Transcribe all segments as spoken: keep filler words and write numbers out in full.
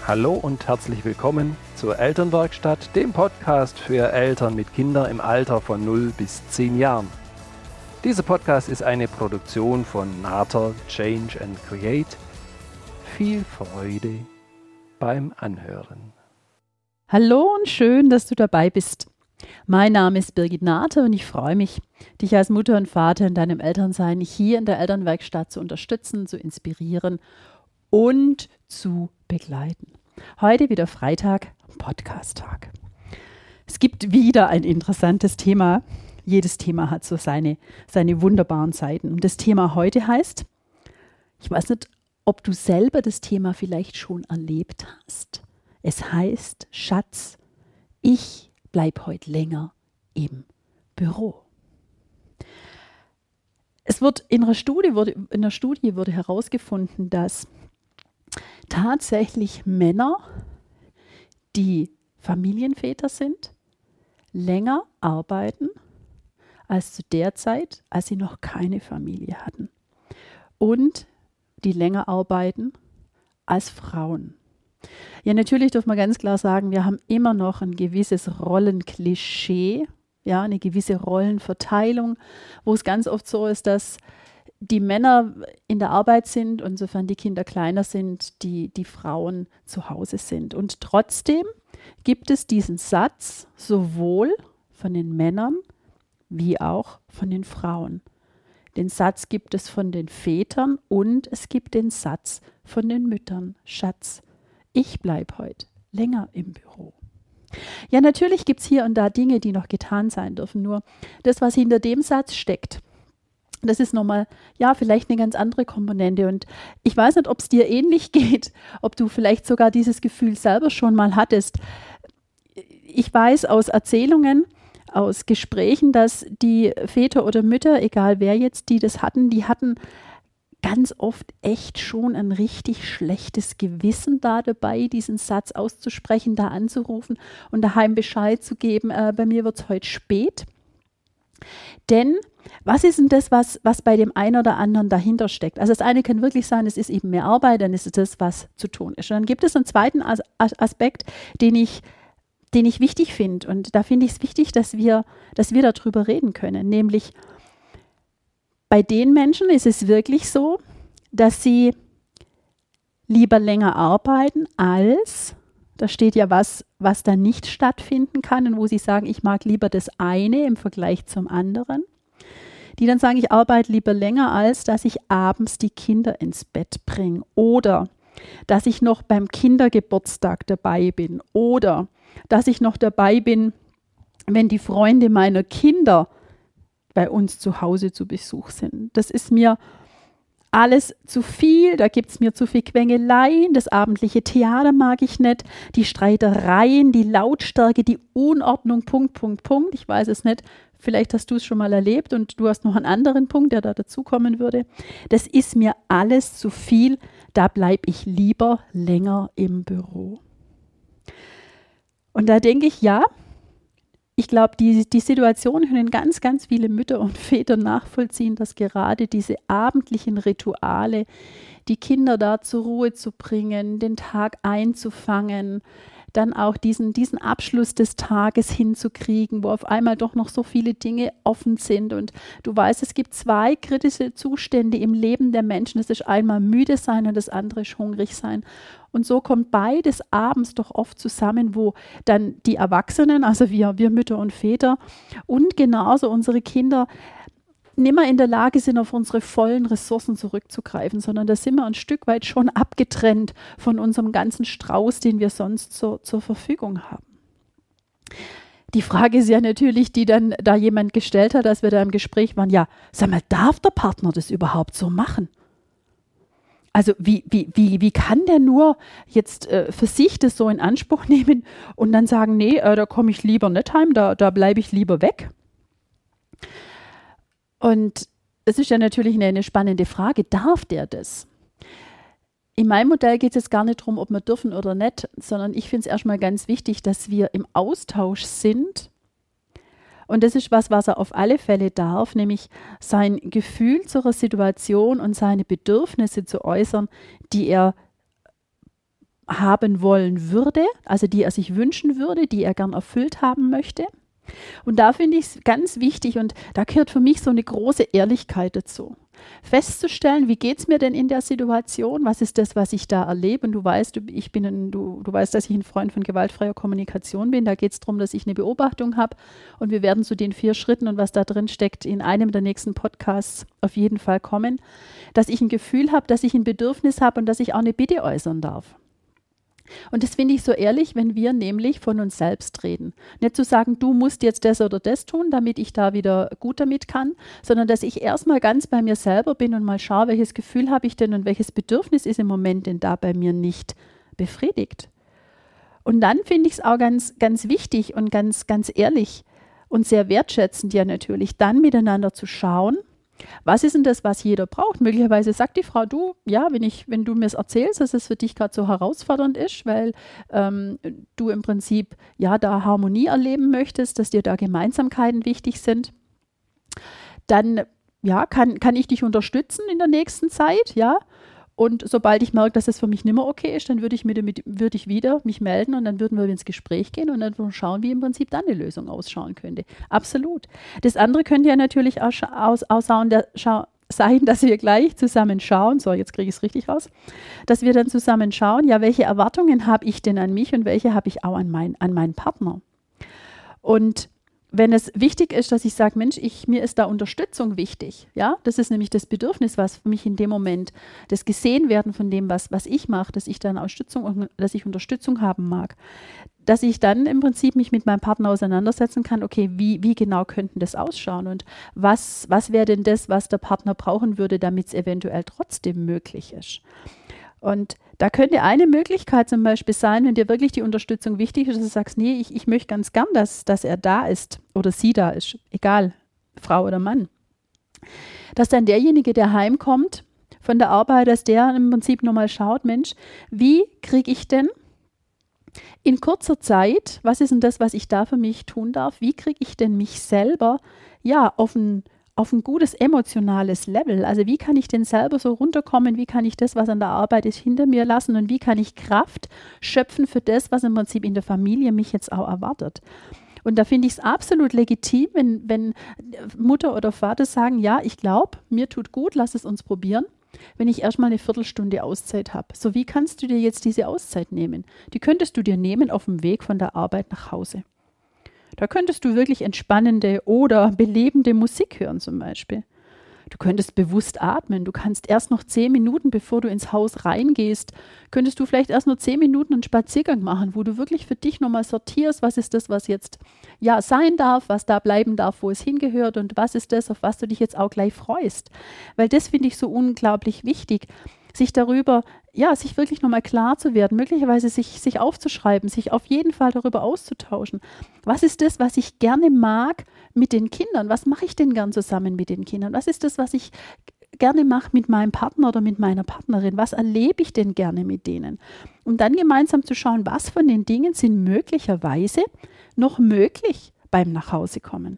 Hallo und herzlich willkommen zur Elternwerkstatt, dem Podcast für Eltern mit Kindern im Alter von null bis zehn Jahren. Dieser Podcast ist eine Produktion von Nater Change and Create. Viel Freude beim Anhören. Hallo und schön, dass du dabei bist. Mein Name ist Birgit Nater und ich freue mich, dich als Mutter und Vater in deinem Elternsein hier in der Elternwerkstatt zu unterstützen, zu inspirieren und zu begleiten. Heute wieder Freitag, Podcast-Tag. Es gibt wieder ein interessantes Thema. Jedes Thema hat so seine, seine wunderbaren Seiten. Und das Thema heute heißt, ich weiß nicht, ob du selber das Thema vielleicht schon erlebt hast. Es heißt, Schatz, ich bleib heute länger im Büro. Es wird in einer Studie wurde, in einer Studie wurde herausgefunden, dass tatsächlich Männer, die Familienväter sind, länger arbeiten als zu der Zeit, als sie noch keine Familie hatten. Und die länger arbeiten als Frauen. Ja, natürlich darf man ganz klar sagen, wir haben immer noch ein gewisses Rollenklischee, ja, eine gewisse Rollenverteilung, wo es ganz oft so ist, dass die Männer in der Arbeit sind und sofern die Kinder kleiner sind, die, die Frauen zu Hause sind. Und trotzdem gibt es diesen Satz sowohl von den Männern wie auch von den Frauen. Den Satz gibt es von den Vätern und es gibt den Satz von den Müttern. Schatz, ich bleibe heute länger im Büro. Ja, natürlich gibt es hier und da Dinge, die noch getan sein dürfen. Nur das, was hinter dem Satz steckt, das ist nochmal, ja, vielleicht eine ganz andere Komponente. Und ich weiß nicht, ob es dir ähnlich geht, ob du vielleicht sogar dieses Gefühl selber schon mal hattest. Ich weiß aus Erzählungen, aus Gesprächen, dass die Väter oder Mütter, egal wer jetzt, die das hatten, die hatten ganz oft echt schon ein richtig schlechtes Gewissen da dabei, diesen Satz auszusprechen, da anzurufen und daheim Bescheid zu geben, äh, bei mir wird es heute spät. Denn was ist denn das, was, was bei dem einen oder anderen dahinter steckt? Also das eine kann wirklich sein, es ist eben mehr Arbeit, dann ist es das, was zu tun ist. Und dann gibt es einen zweiten As- Aspekt, den ich, den ich wichtig finde. Und da finde ich es wichtig, dass wir, dass wir darüber reden können, nämlich bei den Menschen ist es wirklich so, dass sie lieber länger arbeiten als, da steht ja was, was da nicht stattfinden kann und wo sie sagen, ich mag lieber das eine im Vergleich zum anderen. Die dann sagen, ich arbeite lieber länger als, dass ich abends die Kinder ins Bett bringe oder dass ich noch beim Kindergeburtstag dabei bin oder dass ich noch dabei bin, wenn die Freunde meiner Kinder bei uns zu Hause zu Besuch sind. Das ist mir alles zu viel, da gibt es mir zu viel Quengeleien, das abendliche Theater mag ich nicht, die Streitereien, die Lautstärke, die Unordnung, Punkt, Punkt, Punkt. Ich weiß es nicht, vielleicht hast du es schon mal erlebt und du hast noch einen anderen Punkt, der da dazukommen würde. Das ist mir alles zu viel, da bleibe ich lieber länger im Büro. Und da denke ich, ja, ich glaube, die, die Situation können ganz, ganz viele Mütter und Väter nachvollziehen, dass gerade diese abendlichen Rituale, die Kinder da zur Ruhe zu bringen, den Tag einzufangen, dann auch diesen, diesen Abschluss des Tages hinzukriegen, wo auf einmal doch noch so viele Dinge offen sind. Und du weißt, es gibt zwei kritische Zustände im Leben der Menschen. Das ist einmal müde sein und das andere ist hungrig sein. Und so kommt beides abends doch oft zusammen, wo dann die Erwachsenen, also wir, wir Mütter und Väter und genauso unsere Kinder nicht mehr in der Lage sind, auf unsere vollen Ressourcen zurückzugreifen, sondern da sind wir ein Stück weit schon abgetrennt von unserem ganzen Strauß, den wir sonst so, zur Verfügung haben. Die Frage ist ja natürlich, die dann da jemand gestellt hat, als wir da im Gespräch waren, ja, sag mal, darf der Partner das überhaupt so machen? Also wie, wie, wie, wie kann der nur jetzt äh, für sich das so in Anspruch nehmen und dann sagen, nee, äh, da komme ich lieber nicht heim, da, da bleibe ich lieber weg? Und es ist ja natürlich eine, eine spannende Frage, darf der das? In meinem Modell geht es jetzt gar nicht darum, ob wir dürfen oder nicht, sondern ich finde es erstmal ganz wichtig, dass wir im Austausch sind. Und das ist was, was er auf alle Fälle darf, nämlich sein Gefühl zur Situation und seine Bedürfnisse zu äußern, die er haben wollen würde, also die er sich wünschen würde, die er gern erfüllt haben möchte. Und da finde ich es ganz wichtig und da gehört für mich so eine große Ehrlichkeit dazu. Festzustellen, wie geht es mir denn in der Situation, was ist das, was ich da erlebe und du weißt, ich bin ein, du, du weißt, dass ich ein Freund von gewaltfreier Kommunikation bin, da geht es darum, dass ich eine Beobachtung habe und wir werden zu den vier Schritten und was da drin steckt in einem der nächsten Podcasts auf jeden Fall kommen, dass ich ein Gefühl habe, dass ich ein Bedürfnis habe und dass ich auch eine Bitte äußern darf. Und das finde ich so ehrlich, wenn wir nämlich von uns selbst reden. Nicht zu sagen, du musst jetzt das oder das tun, damit ich da wieder gut damit kann, sondern dass ich erstmal ganz bei mir selber bin und mal schaue, welches Gefühl habe ich denn und welches Bedürfnis ist im Moment denn da bei mir nicht befriedigt. Und dann finde ich es auch ganz, ganz wichtig und ganz, ganz ehrlich und sehr wertschätzend ja natürlich, dann miteinander zu schauen, was ist denn das, was jeder braucht? Möglicherweise sagt die Frau, du, ja, wenn, ich, wenn du mir es erzählst, dass es für dich gerade so herausfordernd ist, weil ähm, du im Prinzip ja da Harmonie erleben möchtest, dass dir da Gemeinsamkeiten wichtig sind, dann ja, kann, kann ich dich unterstützen in der nächsten Zeit, ja. Und sobald ich merke, dass es für mich nicht mehr okay ist, dann würde ich, mit, mit, würde ich wieder mich melden und dann würden wir ins Gespräch gehen und dann schauen, wie im Prinzip dann eine Lösung ausschauen könnte. Absolut. Das andere könnte ja natürlich auch aus, aussauen, der, schau, sein, dass wir gleich zusammen schauen, so jetzt kriege ich es richtig raus, dass wir dann zusammen schauen, ja, welche Erwartungen habe ich denn an mich und welche habe ich auch an, mein, an meinen Partner. Und wenn es wichtig ist, dass ich sage, Mensch, ich, mir ist da Unterstützung wichtig, ja, das ist nämlich das Bedürfnis, was für mich in dem Moment, das Gesehenwerden von dem, was, was ich mache, dass ich dann Unterstützung, dass ich Unterstützung haben mag, dass ich dann im Prinzip mich mit meinem Partner auseinandersetzen kann, okay, wie, wie genau könnten das ausschauen und was, was wäre denn das, was der Partner brauchen würde, damit es eventuell trotzdem möglich ist. Und da könnte eine Möglichkeit zum Beispiel sein, wenn dir wirklich die Unterstützung wichtig ist, dass du sagst, nee, ich, ich möchte ganz gern, dass, dass er da ist oder sie da ist, egal, Frau oder Mann. Dass dann derjenige, der heimkommt von der Arbeit, dass der im Prinzip nochmal schaut, Mensch, wie kriege ich denn in kurzer Zeit, was ist denn das, was ich da für mich tun darf, wie kriege ich denn mich selber ja auf ein auf ein gutes emotionales Level. Also wie kann ich denn selber so runterkommen, wie kann ich das, was an der Arbeit ist, hinter mir lassen und wie kann ich Kraft schöpfen für das, was im Prinzip in der Familie mich jetzt auch erwartet. Und da finde ich es absolut legitim, wenn, wenn Mutter oder Vater sagen, ja, ich glaube, mir tut gut, lass es uns probieren, wenn ich erstmal eine Viertelstunde Auszeit habe. So, wie kannst du dir jetzt diese Auszeit nehmen? Die könntest du dir nehmen auf dem Weg von der Arbeit nach Hause. Da könntest du wirklich entspannende oder belebende Musik hören zum Beispiel. Du könntest bewusst atmen. Du kannst erst noch zehn Minuten, bevor du ins Haus reingehst, könntest du vielleicht erst nur zehn Minuten einen Spaziergang machen, wo du wirklich für dich nochmal sortierst, was ist das, was jetzt ja sein darf, was da bleiben darf, wo es hingehört und was ist das, auf was du dich jetzt auch gleich freust. Weil das finde ich so unglaublich wichtig, sich darüber, ja, sich wirklich nochmal klar zu werden, möglicherweise sich, sich aufzuschreiben, sich auf jeden Fall darüber auszutauschen. Was ist das, was ich gerne mag mit den Kindern? Was mache ich denn gern zusammen mit den Kindern? Was ist das, was ich gerne mache mit meinem Partner oder mit meiner Partnerin? Was erlebe ich denn gerne mit denen? Und dann gemeinsam zu schauen, was von den Dingen sind möglicherweise noch möglich beim Nachhausekommen.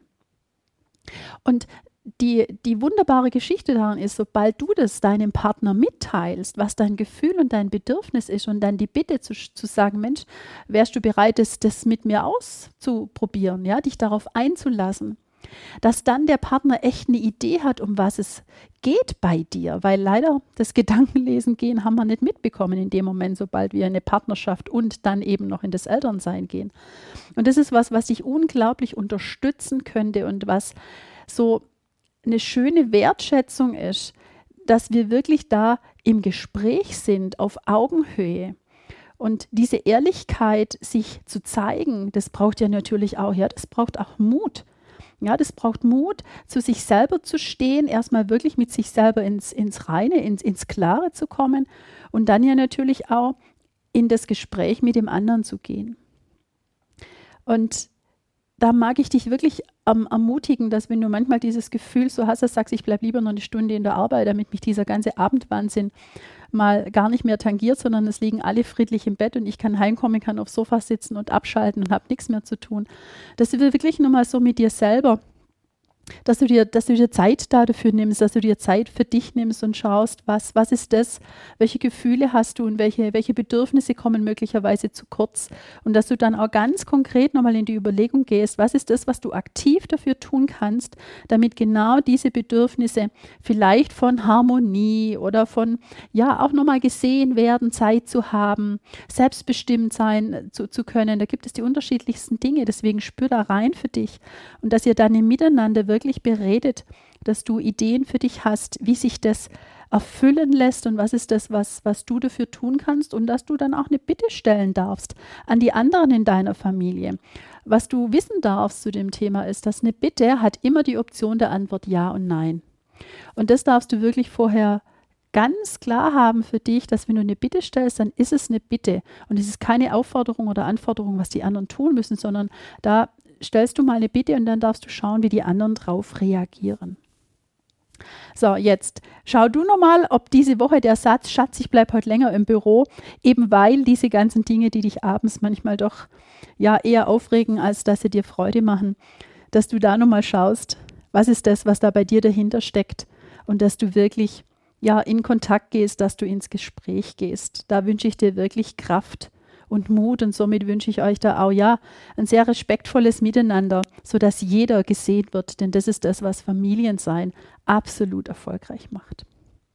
Und Die, die wunderbare Geschichte daran ist, sobald du das deinem Partner mitteilst, was dein Gefühl und dein Bedürfnis ist und dann die Bitte zu, zu sagen, Mensch, wärst du bereit, das, das mit mir auszuprobieren, ja, dich darauf einzulassen, dass dann der Partner echt eine Idee hat, um was es geht bei dir, weil leider das Gedankenlesen gehen haben wir nicht mitbekommen in dem Moment, sobald wir in eine Partnerschaft und dann eben noch in das Elternsein gehen. Und das ist was, was dich unglaublich unterstützen könnte und was so eine schöne Wertschätzung ist, dass wir wirklich da im Gespräch sind, auf Augenhöhe. Und diese Ehrlichkeit, sich zu zeigen, das braucht ja natürlich auch, ja, das braucht auch Mut. Ja, das braucht Mut, zu sich selber zu stehen, erstmal wirklich mit sich selber ins, ins Reine, ins, ins Klare zu kommen und dann ja natürlich auch in das Gespräch mit dem anderen zu gehen. Und da mag ich dich wirklich ähm, ermutigen, dass wenn du manchmal dieses Gefühl so hast, dass du sagst, ich bleibe lieber noch eine Stunde in der Arbeit, damit mich dieser ganze Abendwahnsinn mal gar nicht mehr tangiert, sondern es liegen alle friedlich im Bett und ich kann heimkommen, kann aufs Sofa sitzen und abschalten und habe nichts mehr zu tun. Dass du wirklich nochmal so mit dir selber dass du dir, dass du dir Zeit da dafür nimmst, dass du dir Zeit für dich nimmst und schaust, was, was ist das, welche Gefühle hast du und welche, welche Bedürfnisse kommen möglicherweise zu kurz und dass du dann auch ganz konkret nochmal in die Überlegung gehst, was ist das, was du aktiv dafür tun kannst, damit genau diese Bedürfnisse vielleicht von Harmonie oder von, ja, auch nochmal gesehen werden, Zeit zu haben, selbstbestimmt sein zu, zu können. Da gibt es die unterschiedlichsten Dinge, deswegen spür da rein für dich und dass ihr dann im Miteinander wirklich wirklich beredet, dass du Ideen für dich hast, wie sich das erfüllen lässt und was ist das, was, was du dafür tun kannst und dass du dann auch eine Bitte stellen darfst an die anderen in deiner Familie. Was du wissen darfst zu dem Thema ist, dass eine Bitte hat immer die Option der Antwort Ja und Nein. Und das darfst du wirklich vorher ganz klar haben für dich, dass wenn du eine Bitte stellst, dann ist es eine Bitte und es ist keine Aufforderung oder Anforderung, was die anderen tun müssen, sondern da stellst du mal eine Bitte und dann darfst du schauen, wie die anderen drauf reagieren. So, jetzt schau du nochmal, ob diese Woche der Satz, Schatz, ich bleibe heute länger im Büro, eben weil diese ganzen Dinge, die dich abends manchmal doch ja eher aufregen, als dass sie dir Freude machen, dass du da nochmal schaust, was ist das, was da bei dir dahinter steckt und dass du wirklich ja in Kontakt gehst, dass du ins Gespräch gehst. Da wünsche ich dir wirklich Kraft und Mut und somit wünsche ich euch da auch ja ein sehr respektvolles Miteinander, sodass jeder gesehen wird, denn das ist das, was Familiensein absolut erfolgreich macht.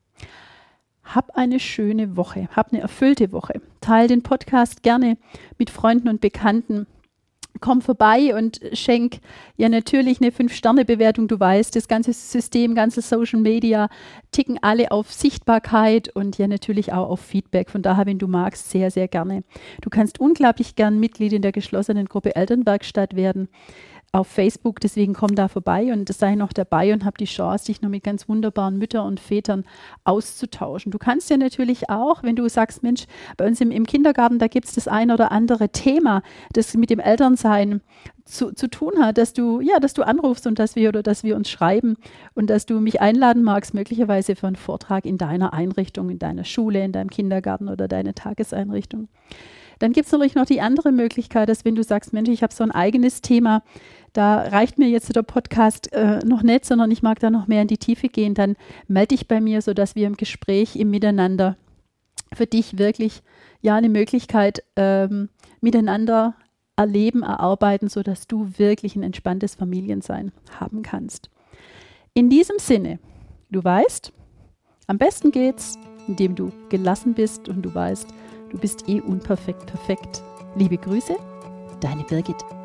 Hab eine schöne Woche, hab eine erfüllte Woche. Teil den Podcast gerne mit Freunden und Bekannten. Komm vorbei und schenk ja natürlich eine fünf Sterne Bewertung. Du weißt, das ganze System, ganze Social Media ticken alle auf Sichtbarkeit und ja natürlich auch auf Feedback. Von daher, wenn du magst, sehr, sehr gerne. Du kannst unglaublich gern Mitglied in der geschlossenen Gruppe Elternwerkstatt werden auf Facebook, deswegen komm da vorbei und sei noch dabei und hab die Chance, dich noch mit ganz wunderbaren Müttern und Vätern auszutauschen. Du kannst ja natürlich auch, wenn du sagst, Mensch, bei uns im, im Kindergarten, da gibt es das ein oder andere Thema, das mit dem Elternsein zu, zu tun hat, dass du, ja, dass du anrufst und dass wir oder dass wir uns schreiben und dass du mich einladen magst, möglicherweise für einen Vortrag in deiner Einrichtung, in deiner Schule, in deinem Kindergarten oder deine Tageseinrichtung. Dann gibt es natürlich noch die andere Möglichkeit, dass wenn du sagst, Mensch, ich habe so ein eigenes Thema, da reicht mir jetzt der Podcast äh, noch nicht, sondern ich mag da noch mehr in die Tiefe gehen, dann melde dich bei mir, sodass wir im Gespräch, im Miteinander für dich wirklich ja eine Möglichkeit ähm, miteinander erleben, erarbeiten, sodass du wirklich ein entspanntes Familiensein haben kannst. In diesem Sinne, du weißt, am besten geht's, indem du gelassen bist und du weißt, du bist eh unperfekt perfekt. Liebe Grüße, deine Birgit.